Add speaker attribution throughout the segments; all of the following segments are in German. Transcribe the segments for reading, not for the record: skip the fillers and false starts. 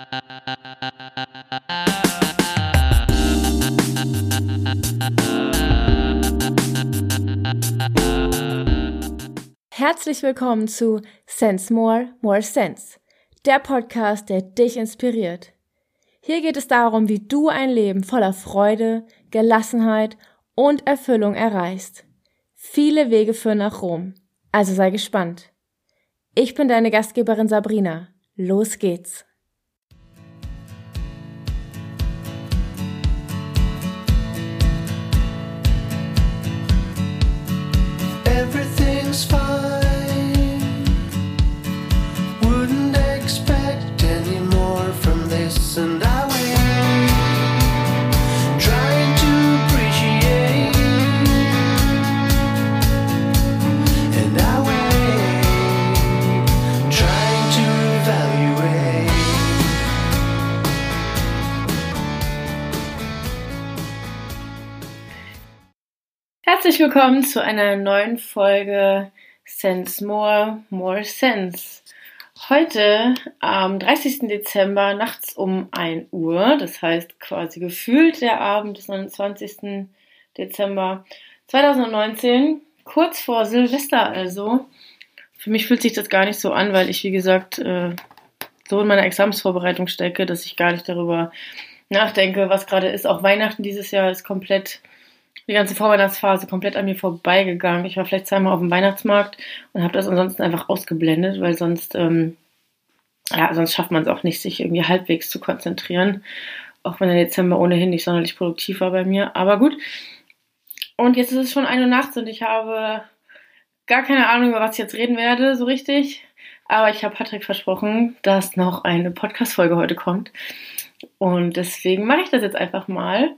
Speaker 1: Herzlich willkommen zu Sense More, More Sense, der Podcast, der dich inspiriert. Hier geht es darum, wie du ein Leben voller Freude, Gelassenheit und Erfüllung erreichst. Viele Wege führen nach Rom, also sei gespannt. Ich bin deine Gastgeberin Sabrina. Los geht's!
Speaker 2: Everything's fine. Wouldn't expect any more from this, and I will. Trying to appreciate, and I will. Trying to evaluate.
Speaker 1: Herzlich willkommen zu einer neuen Folge Sense More, More Sense. Heute am 30. Dezember nachts um 1 Uhr, das heißt quasi gefühlt der Abend des 29. Dezember 2019, kurz vor Silvester also. Für mich fühlt sich das gar nicht so an, weil ich, wie gesagt, so in meiner Examensvorbereitung stecke, dass ich gar nicht darüber nachdenke, was gerade ist. Auch Weihnachten dieses Jahr ist komplett, die ganze Vorweihnachtsphase komplett an mir vorbeigegangen. Ich war vielleicht zweimal auf dem Weihnachtsmarkt und habe das ansonsten einfach ausgeblendet, weil sonst schafft man es auch nicht, sich irgendwie halbwegs zu konzentrieren. Auch wenn der Dezember ohnehin nicht sonderlich produktiv war bei mir. Aber gut. Und jetzt ist es schon 1 Uhr nachts und ich habe gar keine Ahnung, über was ich jetzt reden werde, so richtig. Aber ich habe Patrick versprochen, dass noch eine Podcast-Folge heute kommt. Und deswegen mache ich das jetzt einfach mal.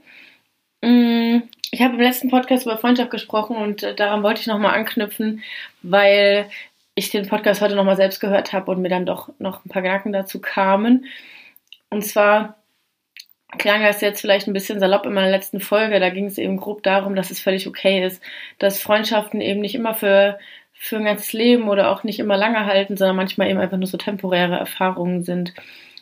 Speaker 1: Ich habe im letzten Podcast über Freundschaft gesprochen und daran wollte ich nochmal anknüpfen, weil ich den Podcast heute nochmal selbst gehört habe und mir dann doch noch ein paar Gedanken dazu kamen. Und zwar klang das jetzt vielleicht ein bisschen salopp in meiner letzten Folge, da ging es eben grob darum, dass es völlig okay ist, dass Freundschaften eben nicht immer für ein ganzes Leben oder auch nicht immer lange halten, sondern manchmal eben einfach nur so temporäre Erfahrungen sind,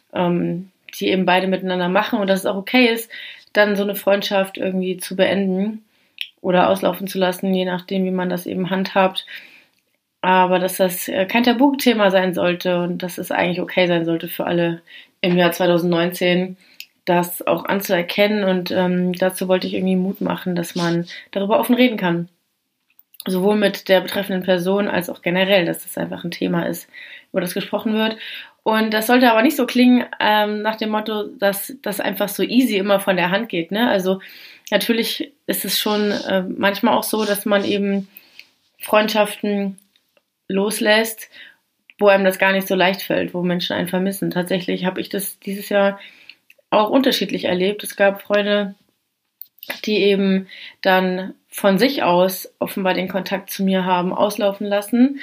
Speaker 1: die eben beide miteinander machen und dass es auch okay ist, dann so eine Freundschaft irgendwie zu beenden oder auslaufen zu lassen, je nachdem, wie man das eben handhabt. Aber dass das kein Tabuthema sein sollte und dass es eigentlich okay sein sollte für alle im Jahr 2019, das auch anzuerkennen. Und dazu wollte ich irgendwie Mut machen, dass man darüber offen reden kann. Sowohl mit der betreffenden Person als auch generell, dass das einfach ein Thema ist, über das gesprochen wird. Und das sollte aber nicht so klingen nach dem Motto, dass das einfach so easy immer von der Hand geht. Ne? Also natürlich ist es schon manchmal auch so, dass man eben Freundschaften loslässt, wo einem das gar nicht so leicht fällt, wo Menschen einen vermissen. Tatsächlich habe ich das dieses Jahr auch unterschiedlich erlebt. Es gab Freunde, die eben dann von sich aus offenbar den Kontakt zu mir haben auslaufen lassen.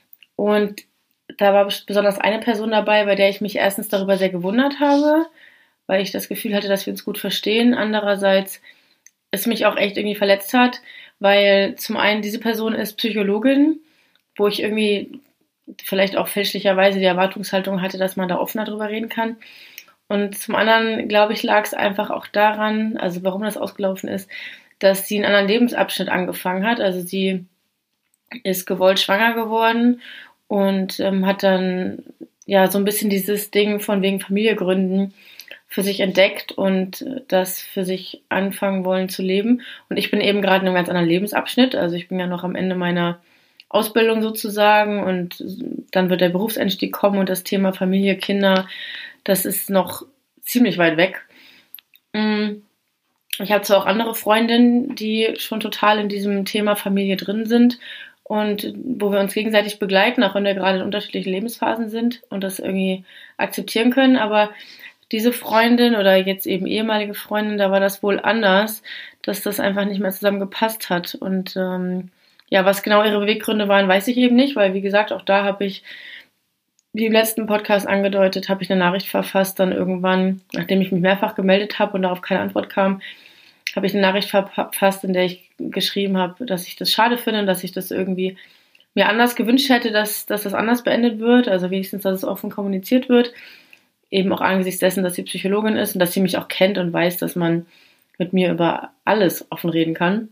Speaker 1: Und da war besonders eine Person dabei, bei der ich mich erstens darüber sehr gewundert habe, weil ich das Gefühl hatte, dass wir uns gut verstehen. Andererseits es mich auch echt irgendwie verletzt hat, weil zum einen diese Person ist Psychologin, wo ich irgendwie vielleicht auch fälschlicherweise die Erwartungshaltung hatte, dass man da offener drüber reden kann. Und zum anderen, glaube ich, lag es einfach auch daran, also warum das ausgelaufen ist, dass sie einen anderen Lebensabschnitt angefangen hat. Also sie ist gewollt schwanger geworden und hat dann ja so ein bisschen dieses Ding von wegen Familie gründen für sich entdeckt und das für sich anfangen wollen zu leben. Und ich bin eben gerade in einem ganz anderen Lebensabschnitt. Also ich bin ja noch am Ende meiner Ausbildung sozusagen und dann wird der Berufseinstieg kommen und das Thema Familie, Kinder, das ist noch ziemlich weit weg. Ich habe zwar auch andere Freundinnen, die schon total in diesem Thema Familie drin sind und wo wir uns gegenseitig begleiten, auch wenn wir gerade in unterschiedlichen Lebensphasen sind und das irgendwie akzeptieren können, aber diese Freundin oder jetzt eben ehemalige Freundin, da war das wohl anders, dass das einfach nicht mehr zusammen gepasst hat und was genau ihre Beweggründe waren, weiß ich eben nicht, weil wie gesagt, auch da habe ich, wie im letzten Podcast angedeutet, habe ich eine Nachricht verfasst, dann irgendwann, nachdem ich mich mehrfach gemeldet habe und darauf keine Antwort kam, habe ich eine Nachricht verfasst, in der ich geschrieben habe, dass ich das schade finde, dass ich das irgendwie mir anders gewünscht hätte, dass das anders beendet wird, also wenigstens, dass es offen kommuniziert wird. eben auch angesichts dessen, dass sie Psychologin ist und dass sie mich auch kennt und weiß, dass man mit mir über alles offen reden kann.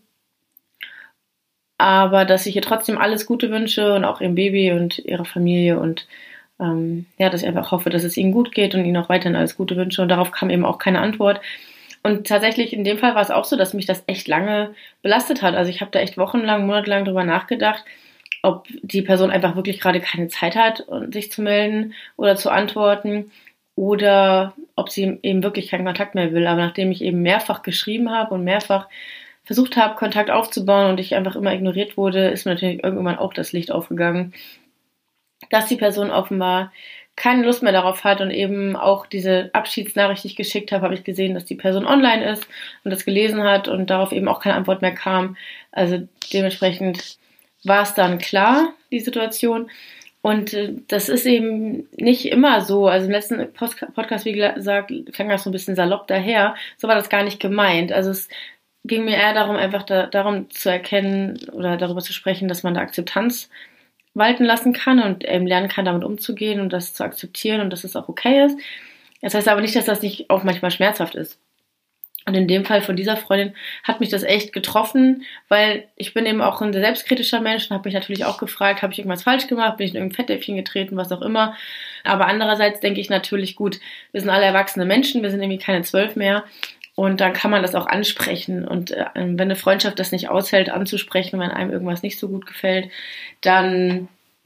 Speaker 1: Aber dass ich ihr trotzdem alles Gute wünsche und auch ihrem Baby und ihrer Familie und dass ich einfach hoffe, dass es ihnen gut geht und ihnen auch weiterhin alles Gute wünsche. Und darauf kam eben auch keine Antwort. Und tatsächlich in dem Fall war es auch so, dass mich das echt lange belastet hat. Also ich habe da echt wochenlang, monatelang drüber nachgedacht, ob die Person einfach wirklich gerade keine Zeit hat, sich zu melden oder zu antworten oder ob sie eben wirklich keinen Kontakt mehr will. Aber nachdem ich eben mehrfach geschrieben habe und mehrfach versucht habe, Kontakt aufzubauen und ich einfach immer ignoriert wurde, ist mir natürlich irgendwann auch das Licht aufgegangen, dass die Person offenbar keine Lust mehr darauf hat und eben auch diese Abschiedsnachricht, die ich geschickt habe, habe ich gesehen, dass die Person online ist und das gelesen hat und darauf eben auch keine Antwort mehr kam. Also dementsprechend war es dann klar, die Situation. Und das ist eben nicht immer so. Also im letzten Podcast, wie gesagt, klang das so ein bisschen salopp daher. So war das gar nicht gemeint. Also es ging mir eher darum, einfach darum zu erkennen oder darüber zu sprechen, dass man da Akzeptanz walten lassen kann und lernen kann, damit umzugehen und das zu akzeptieren und dass es auch okay ist. Das heißt aber nicht, dass das nicht auch manchmal schmerzhaft ist. Und in dem Fall von dieser Freundin hat mich das echt getroffen, weil ich bin eben auch ein sehr selbstkritischer Mensch und habe mich natürlich auch gefragt, habe ich irgendwas falsch gemacht, bin ich in irgendein Fettnäpfchen getreten, was auch immer. Aber andererseits denke ich natürlich, gut, wir sind alle erwachsene Menschen, wir sind irgendwie keine 12 mehr. Und dann kann man das auch ansprechen. Und wenn eine Freundschaft das nicht aushält, anzusprechen, wenn einem irgendwas nicht so gut gefällt, dann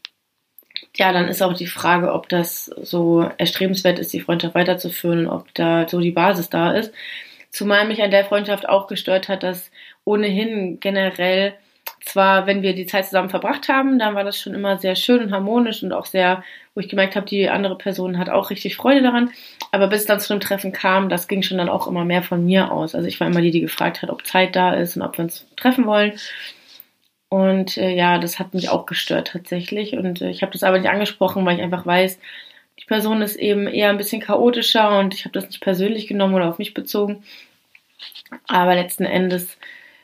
Speaker 1: ist auch die Frage, ob das so erstrebenswert ist, die Freundschaft weiterzuführen und ob da so die Basis da ist. Zumal mich an der Freundschaft auch gestört hat, dass ohnehin generell zwar, wenn wir die Zeit zusammen verbracht haben, dann war das schon immer sehr schön und harmonisch und auch sehr, wo ich gemerkt habe, die andere Person hat auch richtig Freude daran. Aber bis es dann zu dem Treffen kam, das ging schon dann auch immer mehr von mir aus. Also ich war immer die gefragt hat, ob Zeit da ist und ob wir uns treffen wollen. Und das hat mich auch gestört tatsächlich. Und ich habe das aber nicht angesprochen, weil ich einfach weiß, die Person ist eben eher ein bisschen chaotischer und ich habe das nicht persönlich genommen oder auf mich bezogen. Aber letzten Endes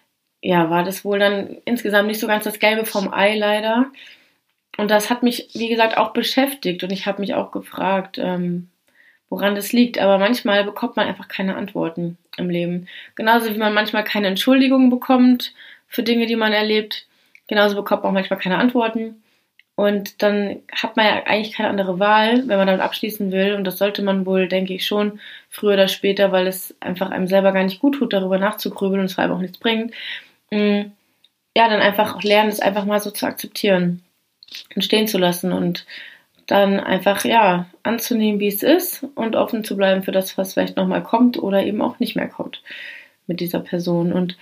Speaker 1: war das wohl dann insgesamt nicht so ganz das Gelbe vom Ei leider. Und das hat mich, wie gesagt, auch beschäftigt. Und ich habe mich auch gefragt, woran das liegt. Aber manchmal bekommt man einfach keine Antworten im Leben. Genauso wie man manchmal keine Entschuldigungen bekommt für Dinge, die man erlebt. Genauso bekommt man auch manchmal keine Antworten. Und dann hat man ja eigentlich keine andere Wahl, wenn man damit abschließen will. Und das sollte man wohl, denke ich, schon früher oder später, weil es einfach einem selber gar nicht gut tut, darüber nachzugrübeln und es vor allem auch nichts bringt. Dann einfach auch lernen, es einfach mal so zu akzeptieren und stehen zu lassen und dann einfach, anzunehmen, wie es ist und offen zu bleiben für das, was vielleicht nochmal kommt oder eben auch nicht mehr kommt mit dieser Person. Und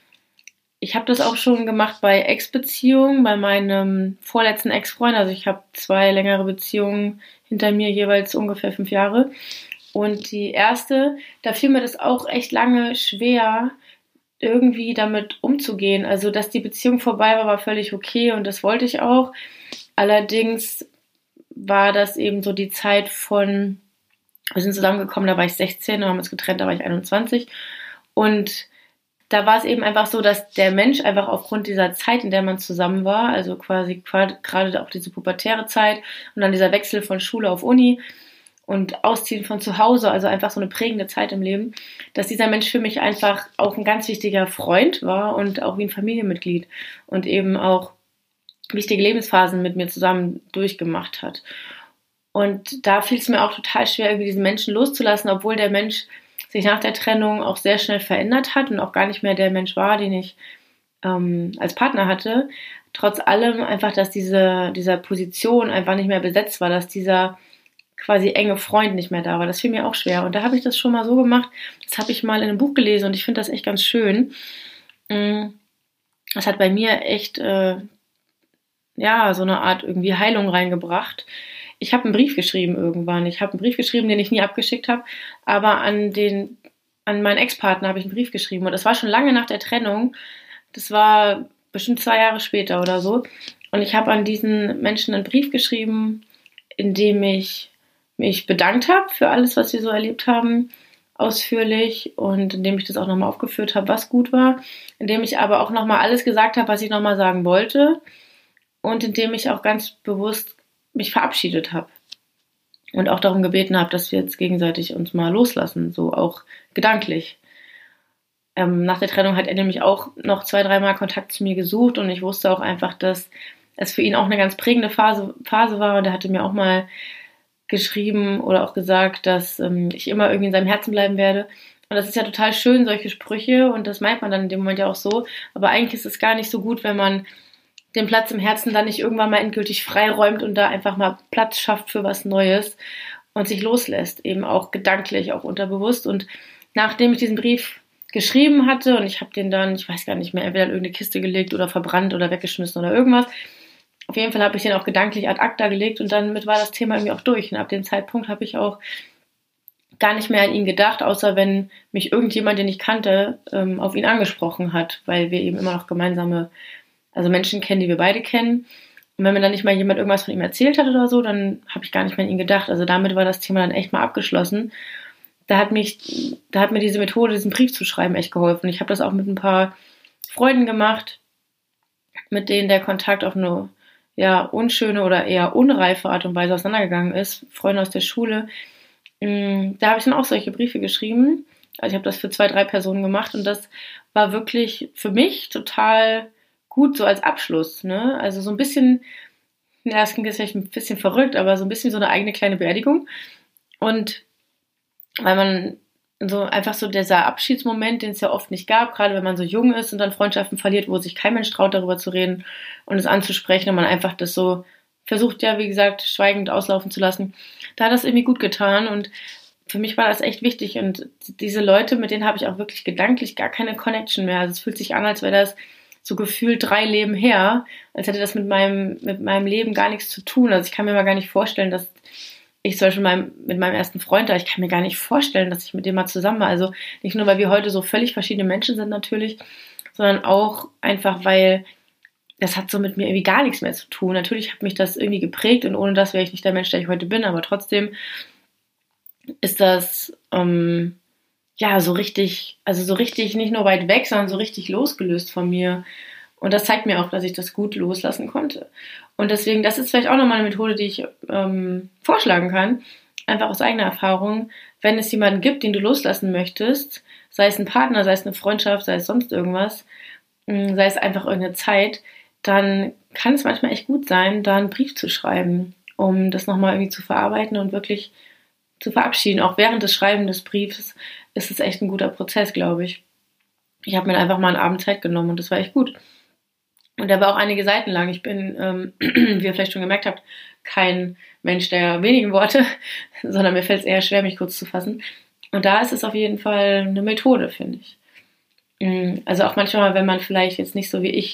Speaker 1: ich habe das auch schon gemacht bei Ex-Beziehungen, bei meinem vorletzten Ex-Freund. Also ich habe 2 längere Beziehungen hinter mir, jeweils ungefähr 5 Jahre. Und die erste, da fiel mir das auch echt lange schwer, irgendwie damit umzugehen. Also, dass die Beziehung vorbei war, war völlig okay und das wollte ich auch. Allerdings war das eben so die Zeit wir sind zusammengekommen, da war ich 16 und haben uns getrennt, da war ich 21. Und da war es eben einfach so, dass der Mensch einfach aufgrund dieser Zeit, in der man zusammen war, also quasi gerade auch diese pubertäre Zeit und dann dieser Wechsel von Schule auf Uni und Ausziehen von zu Hause, also einfach so eine prägende Zeit im Leben, dass dieser Mensch für mich einfach auch ein ganz wichtiger Freund war und auch wie ein Familienmitglied und eben auch wichtige Lebensphasen mit mir zusammen durchgemacht hat. Und da fiel es mir auch total schwer, irgendwie diesen Menschen loszulassen, obwohl der Mensch sich nach der Trennung auch sehr schnell verändert hat und auch gar nicht mehr der Mensch war, den ich als Partner hatte. Trotz allem einfach, dass dieser Position einfach nicht mehr besetzt war, dass dieser quasi enge Freund nicht mehr da war. Das fiel mir auch schwer. Und da habe ich das schon mal so gemacht, das habe ich mal in einem Buch gelesen und ich finde das echt ganz schön. Das hat bei mir echt so eine Art irgendwie Heilung reingebracht. Ich habe einen Brief geschrieben irgendwann. Ich habe einen Brief geschrieben, den ich nie abgeschickt habe, aber an meinen Ex-Partner habe ich einen Brief geschrieben. Und das war schon lange nach der Trennung. Das war bestimmt 2 Jahre später oder so. Und ich habe an diesen Menschen einen Brief geschrieben, in dem ich mich bedankt habe für alles, was wir so erlebt haben, ausführlich und indem ich das auch nochmal aufgeführt habe, was gut war, indem ich aber auch nochmal alles gesagt habe, was ich nochmal sagen wollte und indem ich auch ganz bewusst mich verabschiedet habe. und auch darum gebeten habe, dass wir jetzt gegenseitig uns mal loslassen, so auch gedanklich. Nach der Trennung hat er nämlich auch noch 2, 3 Mal Kontakt zu mir gesucht und ich wusste auch einfach, dass es für ihn auch eine ganz prägende Phase war und er hatte mir auch mal geschrieben oder auch gesagt, dass ich immer irgendwie in seinem Herzen bleiben werde. Und das ist ja total schön, solche Sprüche und das meint man dann in dem Moment ja auch so, aber eigentlich ist es gar nicht so gut, wenn man den Platz im Herzen dann nicht irgendwann mal endgültig freiräumt und da einfach mal Platz schafft für was Neues und sich loslässt, eben auch gedanklich, auch unterbewusst. Und nachdem ich diesen Brief geschrieben hatte und ich habe den dann, ich weiß gar nicht mehr, entweder in irgendeine Kiste gelegt oder verbrannt oder weggeschmissen oder irgendwas. Auf jeden Fall habe ich den auch gedanklich ad acta gelegt und damit war das Thema irgendwie auch durch. Und ab dem Zeitpunkt habe ich auch gar nicht mehr an ihn gedacht, außer wenn mich irgendjemand, den ich kannte, auf ihn angesprochen hat, weil wir eben immer noch gemeinsame, also Menschen kennen, die wir beide kennen. Und wenn mir dann nicht mal jemand irgendwas von ihm erzählt hat oder so, dann habe ich gar nicht mehr an ihn gedacht. Also damit war das Thema dann echt mal abgeschlossen. Da hat mir diese Methode, diesen Brief zu schreiben, echt geholfen. Ich habe das auch mit ein paar Freunden gemacht, mit denen der Kontakt auf eine ja unschöne oder eher unreife Art und Weise auseinandergegangen ist. Freunde aus der Schule. Da habe ich dann auch solche Briefe geschrieben. Also ich habe das für 2, 3 Personen gemacht und das war wirklich für mich total gut so als Abschluss. Ne? Also so ein bisschen, ja, das klingt jetzt vielleicht ein bisschen verrückt, aber so ein bisschen so eine eigene kleine Beerdigung. Und weil man so einfach so dieser Abschiedsmoment, den es ja oft nicht gab, gerade wenn man so jung ist und dann Freundschaften verliert, wo sich kein Mensch traut, darüber zu reden und es anzusprechen und man einfach das so versucht, ja, wie gesagt, schweigend auslaufen zu lassen. Da hat das irgendwie gut getan und für mich war das echt wichtig und diese Leute, mit denen habe ich auch wirklich gedanklich gar keine Connection mehr. Also es fühlt sich an, als wäre das so gefühlt 3 Leben her, als hätte das mit meinem Leben gar nichts zu tun. Also ich kann mir mal gar nicht vorstellen, dass ich zum Beispiel mit meinem ersten Freund da, ich kann mir gar nicht vorstellen, dass ich mit dem mal zusammen war. Also nicht nur, weil wir heute so völlig verschiedene Menschen sind natürlich, sondern auch einfach, weil das hat so mit mir irgendwie gar nichts mehr zu tun. Natürlich hat mich das irgendwie geprägt und ohne das wäre ich nicht der Mensch, der ich heute bin, aber trotzdem ist das ja so richtig, also so richtig nicht nur weit weg, sondern so richtig losgelöst von mir. Und das zeigt mir auch, dass ich das gut loslassen konnte. Und deswegen, das ist vielleicht auch nochmal eine Methode, die ich vorschlagen kann, einfach aus eigener Erfahrung, wenn es jemanden gibt, den du loslassen möchtest, sei es ein Partner, sei es eine Freundschaft, sei es sonst irgendwas, sei es einfach irgendeine Zeit, dann kann es manchmal echt gut sein, da einen Brief zu schreiben, um das nochmal irgendwie zu verarbeiten und wirklich zu verabschieden. Auch während des Schreibens des Briefs ist es echt ein guter Prozess, glaube ich. Ich habe mir einfach mal einen Abend Zeit genommen und das war echt gut. Und der war auch einige Seiten lang. Ich bin, wie ihr vielleicht schon gemerkt habt, kein Mensch der wenigen Worte, sondern mir fällt es eher schwer, mich kurz zu fassen. Und da ist es auf jeden Fall eine Methode, finde ich. Also auch manchmal, wenn man vielleicht jetzt nicht so wie ich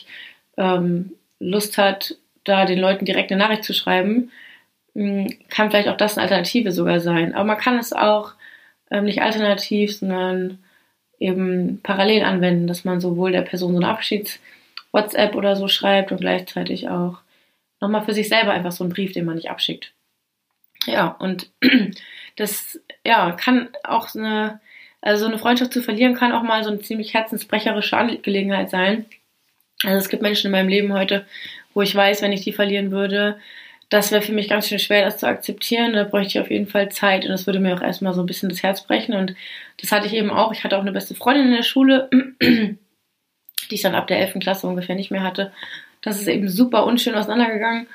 Speaker 1: Lust hat, da den Leuten direkt eine Nachricht zu schreiben, kann vielleicht auch das eine Alternative sogar sein. Aber man kann es auch nicht alternativ, sondern eben parallel anwenden, dass man sowohl der Person so eine Abschieds-WhatsApp oder so schreibt und gleichzeitig auch nochmal für sich selber einfach so einen Brief, den man nicht abschickt. Ja, und das ja, kann auch so eine Freundschaft zu verlieren, kann auch mal so eine ziemlich herzensbrecherische Angelegenheit sein. Also es gibt Menschen in meinem Leben heute, wo ich weiß, wenn ich die verlieren würde, das wäre für mich ganz schön schwer, das zu akzeptieren. Da bräuchte ich auf jeden Fall Zeit und das würde mir auch erstmal so ein bisschen das Herz brechen. Und das hatte ich eben auch. Ich hatte auch eine beste Freundin in der Schule, die ich dann ab der 11. Klasse ungefähr nicht mehr hatte. Das ist eben super unschön auseinandergegangen.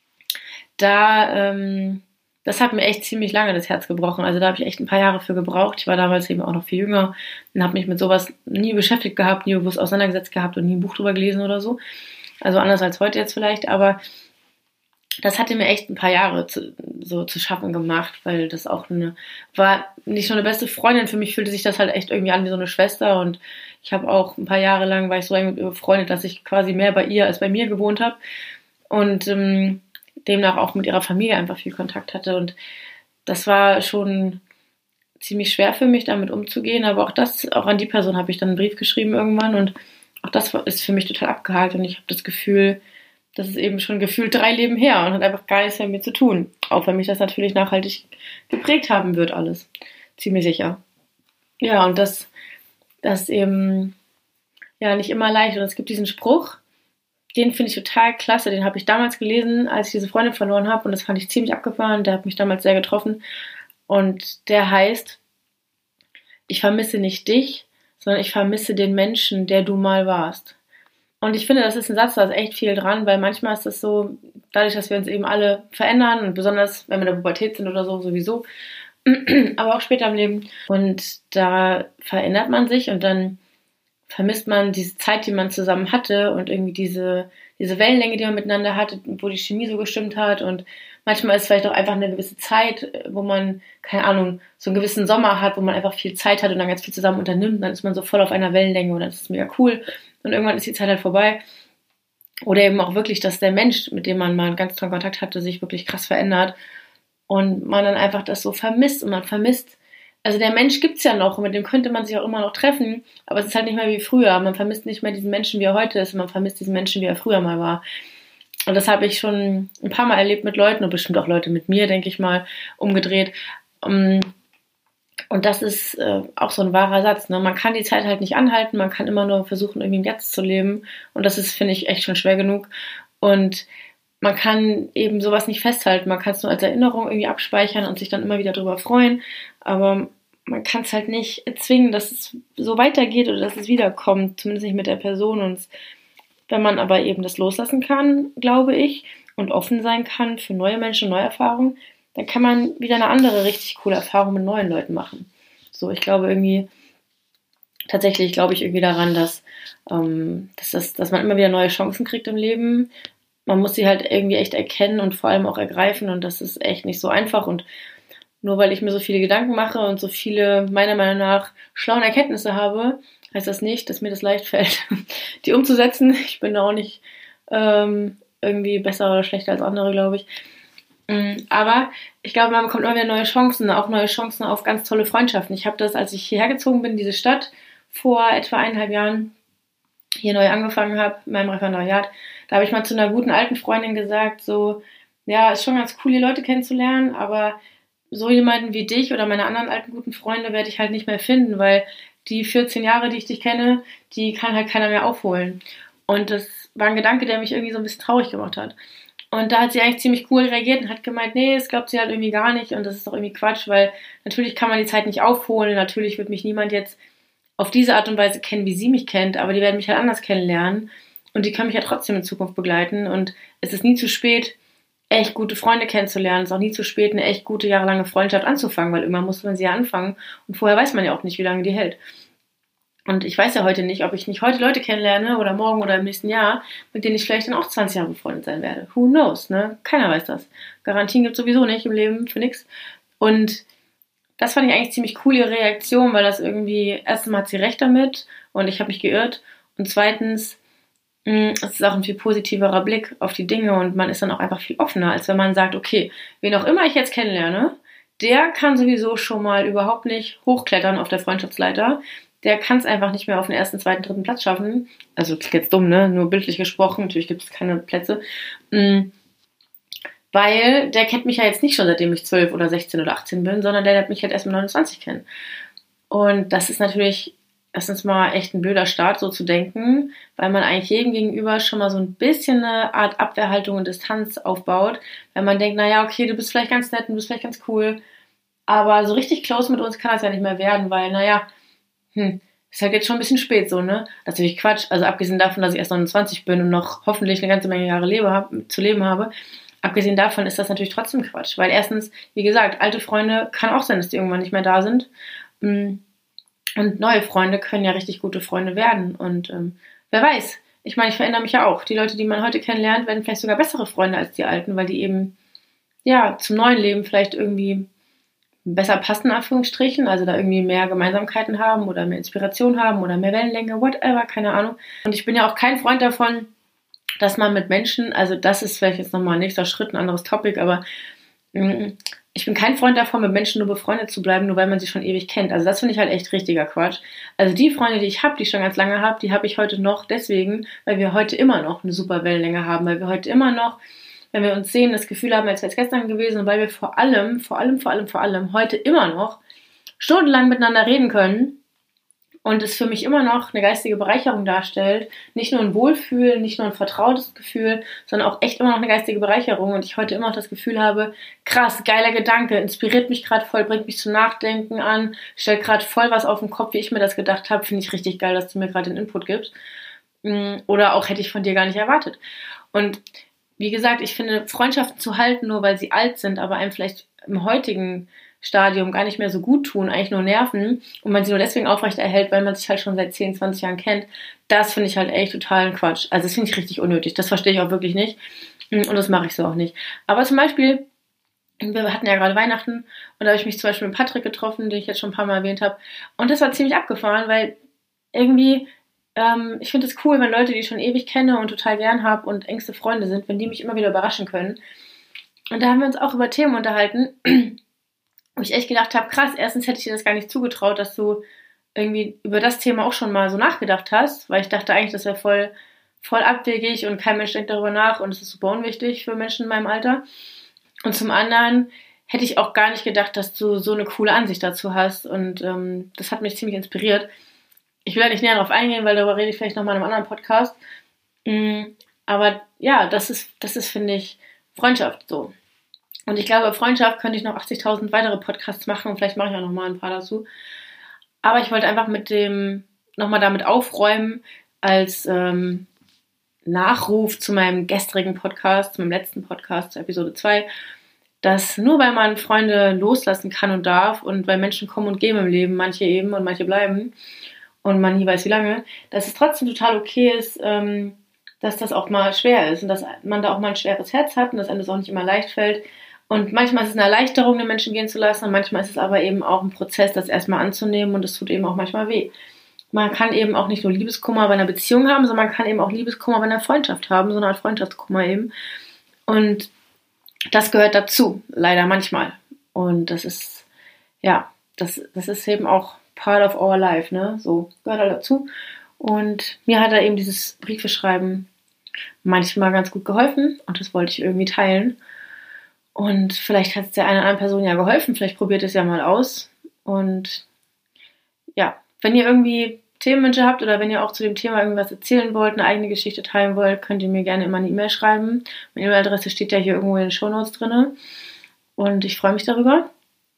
Speaker 1: Das hat mir echt ziemlich lange das Herz gebrochen. Also da habe ich echt ein paar Jahre für gebraucht. Ich war damals eben auch noch viel jünger und habe mich mit sowas nie beschäftigt gehabt, nie bewusst auseinandergesetzt gehabt und nie ein Buch drüber gelesen oder so. Also anders als heute jetzt vielleicht, aber das hatte mir echt ein paar Jahre zu schaffen gemacht, weil das auch war nicht nur eine beste Freundin, für mich fühlte sich das halt echt irgendwie an wie so eine Schwester und ich habe auch ein paar Jahre lang, war ich so lange mit ihr befreundet, dass ich quasi mehr bei ihr als bei mir gewohnt habe und demnach auch mit ihrer Familie einfach viel Kontakt hatte und das war schon ziemlich schwer für mich, damit umzugehen, aber auch an die Person habe ich dann einen Brief geschrieben irgendwann und auch das ist für mich total abgehakt und ich habe das Gefühl, das ist eben schon gefühlt 3 Leben her und hat einfach gar nichts mehr mit mir zu tun. Auch wenn mich das natürlich nachhaltig geprägt haben wird, alles. Ziemlich sicher. Ja, und das eben ja nicht immer leicht. Und es gibt diesen Spruch, den finde ich total klasse. Den habe ich damals gelesen, als ich diese Freundin verloren habe. Und das fand ich ziemlich abgefahren. Der hat mich damals sehr getroffen. Und der heißt: Ich vermisse nicht dich, sondern ich vermisse den Menschen, der du mal warst. Und ich finde, das ist ein Satz, da ist echt viel dran, weil manchmal ist das so, dadurch, dass wir uns eben alle verändern und besonders, wenn wir in der Pubertät sind oder so, sowieso, aber auch später im Leben. Und da verändert man sich und dann vermisst man diese Zeit, die man zusammen hatte und irgendwie diese Wellenlänge, die man miteinander hatte, wo die Chemie so gestimmt hat. Und manchmal ist es vielleicht auch einfach eine gewisse Zeit, wo man, keine Ahnung, so einen gewissen Sommer hat, wo man einfach viel Zeit hat und dann ganz viel zusammen unternimmt. Dann ist man so voll auf einer Wellenlänge und dann ist es mega cool. Und irgendwann ist die Zeit halt vorbei. Oder eben auch wirklich, dass der Mensch, mit dem man mal einen ganz tollen Kontakt hatte, sich wirklich krass verändert und man dann einfach das so vermisst und man vermisst, also der Mensch gibt's ja noch und mit dem könnte man sich auch immer noch treffen, aber es ist halt nicht mehr wie früher. Man vermisst nicht mehr diesen Menschen, wie er heute ist, und man vermisst diesen Menschen, wie er früher mal war. Und das habe ich schon ein paar Mal erlebt mit Leuten und bestimmt auch Leute mit mir, denke ich mal, umgedreht. Und das ist auch so ein wahrer Satz. Ne? Man kann die Zeit halt nicht anhalten, man kann immer nur versuchen, irgendwie im Jetzt zu leben. Und das ist, finde ich, echt schon schwer genug. Und man kann eben sowas nicht festhalten. Man kann es nur als Erinnerung irgendwie abspeichern und sich dann immer wieder darüber freuen. Aber man kann es halt nicht erzwingen, dass es so weitergeht oder dass es wiederkommt. Zumindest nicht mit der Person. Und wenn man aber eben das loslassen kann, glaube ich, und offen sein kann für neue Menschen, neue Erfahrungen, dann kann man wieder eine andere richtig coole Erfahrung mit neuen Leuten machen. So, ich glaube irgendwie, tatsächlich glaube ich irgendwie daran, dass man immer wieder neue Chancen kriegt im Leben. Man muss sie halt irgendwie echt erkennen und vor allem auch ergreifen und das ist echt nicht so einfach und nur weil ich mir so viele Gedanken mache und so viele, meiner Meinung nach, schlauen Erkenntnisse habe, heißt das nicht, dass mir das leicht fällt, die umzusetzen. Ich bin da auch nicht irgendwie besser oder schlechter als andere, glaube ich. Aber ich glaube, man bekommt immer wieder neue Chancen, auch neue Chancen auf ganz tolle Freundschaften. Ich habe das, als ich hierher gezogen bin, in diese Stadt, vor etwa 1,5 Jahren, hier neu angefangen habe, in meinem Referendariat, da habe ich mal zu einer guten alten Freundin gesagt, so, ja, ist schon ganz cool, die Leute kennenzulernen, aber so jemanden wie dich oder meine anderen alten guten Freunde werde ich halt nicht mehr finden, weil die 14 Jahre, die ich dich kenne, die kann halt keiner mehr aufholen. Und das war ein Gedanke, der mich irgendwie so ein bisschen traurig gemacht hat. Und da hat sie eigentlich ziemlich cool reagiert und hat gemeint, nee, das glaubt sie halt irgendwie gar nicht und das ist doch irgendwie Quatsch, weil natürlich kann man die Zeit nicht aufholen, natürlich wird mich niemand jetzt auf diese Art und Weise kennen, wie sie mich kennt, aber die werden mich halt anders kennenlernen und die können mich ja trotzdem in Zukunft begleiten und es ist nie zu spät, echt gute Freunde kennenzulernen, es ist auch nie zu spät, eine echt gute jahrelange Freundschaft anzufangen, weil irgendwann muss man sie ja anfangen und vorher weiß man ja auch nicht, wie lange die hält. Und ich weiß ja heute nicht, ob ich nicht heute Leute kennenlerne oder morgen oder im nächsten Jahr, mit denen ich vielleicht dann auch 20 Jahre befreundet sein werde. Who knows, ne? Keiner weiß das. Garantien gibt es sowieso nicht im Leben für nichts. Und das fand ich eigentlich ziemlich cool, ihre Reaktion, weil das irgendwie, erstens mal hat sie recht damit und ich habe mich geirrt. Und zweitens, es ist auch ein viel positiverer Blick auf die Dinge und man ist dann auch einfach viel offener, als wenn man sagt, okay, wen auch immer ich jetzt kennenlerne, der kann sowieso schon mal überhaupt nicht hochklettern auf der Freundschaftsleiter. Der kann es einfach nicht mehr auf den ersten, zweiten, dritten Platz schaffen. Also klingt jetzt dumm, ne? Nur bildlich gesprochen. Natürlich gibt es keine Plätze. Weil der kennt mich ja jetzt nicht schon, seitdem ich 12 oder 16 oder 18 bin, sondern der lernt mich halt erst mit 29 kennen. Und das ist natürlich erstens mal echt ein blöder Start, so zu denken, weil man eigentlich jedem gegenüber schon mal so ein bisschen eine Art Abwehrhaltung und Distanz aufbaut. Weil man denkt, naja, okay, du bist vielleicht ganz nett und du bist vielleicht ganz cool, aber so richtig close mit uns kann das ja nicht mehr werden, weil, naja, ist halt jetzt schon ein bisschen spät so, ne? Das ist natürlich Quatsch. Also abgesehen davon, dass ich erst 29 bin und noch hoffentlich eine ganze Menge Jahre zu leben habe, abgesehen davon ist das natürlich trotzdem Quatsch. Weil erstens, wie gesagt, alte Freunde kann auch sein, dass die irgendwann nicht mehr da sind. Und neue Freunde können ja richtig gute Freunde werden. Und wer weiß, ich meine, ich verändere mich ja auch. Die Leute, die man heute kennenlernt, werden vielleicht sogar bessere Freunde als die alten, weil die eben, ja, zum neuen Leben vielleicht irgendwie besser passen, in Anführungsstrichen, also da irgendwie mehr Gemeinsamkeiten haben oder mehr Inspiration haben oder mehr Wellenlänge, whatever, keine Ahnung. Und ich bin ja auch kein Freund davon, dass man mit Menschen, also das ist vielleicht jetzt nochmal ein nächster Schritt, ein anderes Topic, aber ich bin kein Freund davon, mit Menschen nur befreundet zu bleiben, nur weil man sie schon ewig kennt. Also das finde ich halt echt richtiger Quatsch. Also die Freunde, die ich habe, die ich schon ganz lange habe, die habe ich heute noch deswegen, weil wir heute immer noch eine super Wellenlänge haben, weil wir heute immer noch, wenn wir uns sehen, das Gefühl haben, als wäre es gestern gewesen und weil wir vor allem heute immer noch stundenlang miteinander reden können und es für mich immer noch eine geistige Bereicherung darstellt. Nicht nur ein Wohlfühl, nicht nur ein vertrautes Gefühl, sondern auch echt immer noch eine geistige Bereicherung. Und ich heute immer noch das Gefühl habe, krass, geiler Gedanke, inspiriert mich gerade voll, bringt mich zum Nachdenken an, stellt gerade voll was auf den Kopf, wie ich mir das gedacht habe. Finde ich richtig geil, dass du mir gerade den Input gibst. Oder auch hätte ich von dir gar nicht erwartet. Und wie gesagt, ich finde, Freundschaften zu halten, nur weil sie alt sind, aber einem vielleicht im heutigen Stadium gar nicht mehr so gut tun, eigentlich nur nerven und man sie nur deswegen aufrechterhält, weil man sich halt schon seit 10, 20 Jahren kennt, das finde ich halt echt totalen Quatsch. Also das finde ich richtig unnötig, das verstehe ich auch wirklich nicht und das mache ich so auch nicht. Aber zum Beispiel, wir hatten ja gerade Weihnachten und da habe ich mich zum Beispiel mit Patrick getroffen, den ich jetzt schon ein paar Mal erwähnt habe und das war ziemlich abgefahren, weil irgendwie ich finde es cool, wenn Leute, die ich schon ewig kenne und total gern habe und engste Freunde sind, wenn die mich immer wieder überraschen können. Und da haben wir uns auch über Themen unterhalten, wo ich echt gedacht habe, krass, erstens hätte ich dir das gar nicht zugetraut, dass du irgendwie über das Thema auch schon mal so nachgedacht hast, weil ich dachte eigentlich, das wäre voll abwegig und kein Mensch denkt darüber nach und es ist super unwichtig für Menschen in meinem Alter. Und zum anderen hätte ich auch gar nicht gedacht, dass du so eine coole Ansicht dazu hast und das hat mich ziemlich inspiriert. Ich will da nicht näher drauf eingehen, weil darüber rede ich vielleicht nochmal in einem anderen Podcast. Aber ja, das ist, finde ich, Freundschaft so. Und ich glaube, Freundschaft könnte ich noch 80.000 weitere Podcasts machen und vielleicht mache ich auch nochmal ein paar dazu. Aber ich wollte einfach nochmal damit aufräumen als Nachruf zu meinem gestrigen Podcast, zu meinem letzten Podcast, zu Episode 2, dass nur weil man Freunde loslassen kann und darf und weil Menschen kommen und gehen im Leben, manche eben und manche bleiben, und man nie weiß, wie lange, dass es trotzdem total okay ist, dass das auch mal schwer ist und dass man da auch mal ein schweres Herz hat und dass einem das auch nicht immer leicht fällt. Und manchmal ist es eine Erleichterung, den Menschen gehen zu lassen und manchmal ist es aber eben auch ein Prozess, das erstmal anzunehmen und es tut eben auch manchmal weh. Man kann eben auch nicht nur Liebeskummer bei einer Beziehung haben, sondern man kann eben auch Liebeskummer bei einer Freundschaft haben, so eine Art Freundschaftskummer eben. Und das gehört dazu, leider manchmal. Und das ist, ja, das ist eben auch part of our life, ne? So gehört halt dazu. Und mir hat da eben dieses Briefeschreiben manchmal ganz gut geholfen und das wollte ich irgendwie teilen. Und vielleicht hat es der einen oder anderen Person ja geholfen, vielleicht probiert es ja mal aus. Und ja, wenn ihr irgendwie Themenwünsche habt oder wenn ihr auch zu dem Thema irgendwas erzählen wollt, eine eigene Geschichte teilen wollt, könnt ihr mir gerne immer eine E-Mail schreiben. Meine E-Mail-Adresse steht ja hier irgendwo in den Shownotes drin. Und ich freue mich darüber.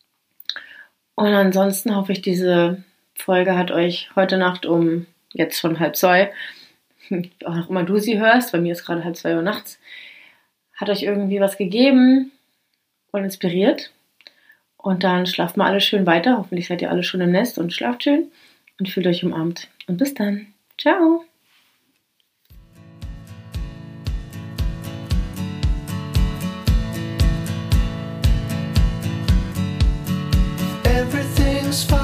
Speaker 1: Und ansonsten hoffe ich, diese Folge hat euch heute Nacht um jetzt schon 1:30, auch immer du sie hörst, bei mir ist gerade 1:30 Uhr nachts, hat euch irgendwie was gegeben und inspiriert. Und dann schlaft mal alle schön weiter. Hoffentlich seid ihr alle schon im Nest und schlaft schön und fühlt euch umarmt. Und bis dann. Ciao.
Speaker 2: Everything's fine.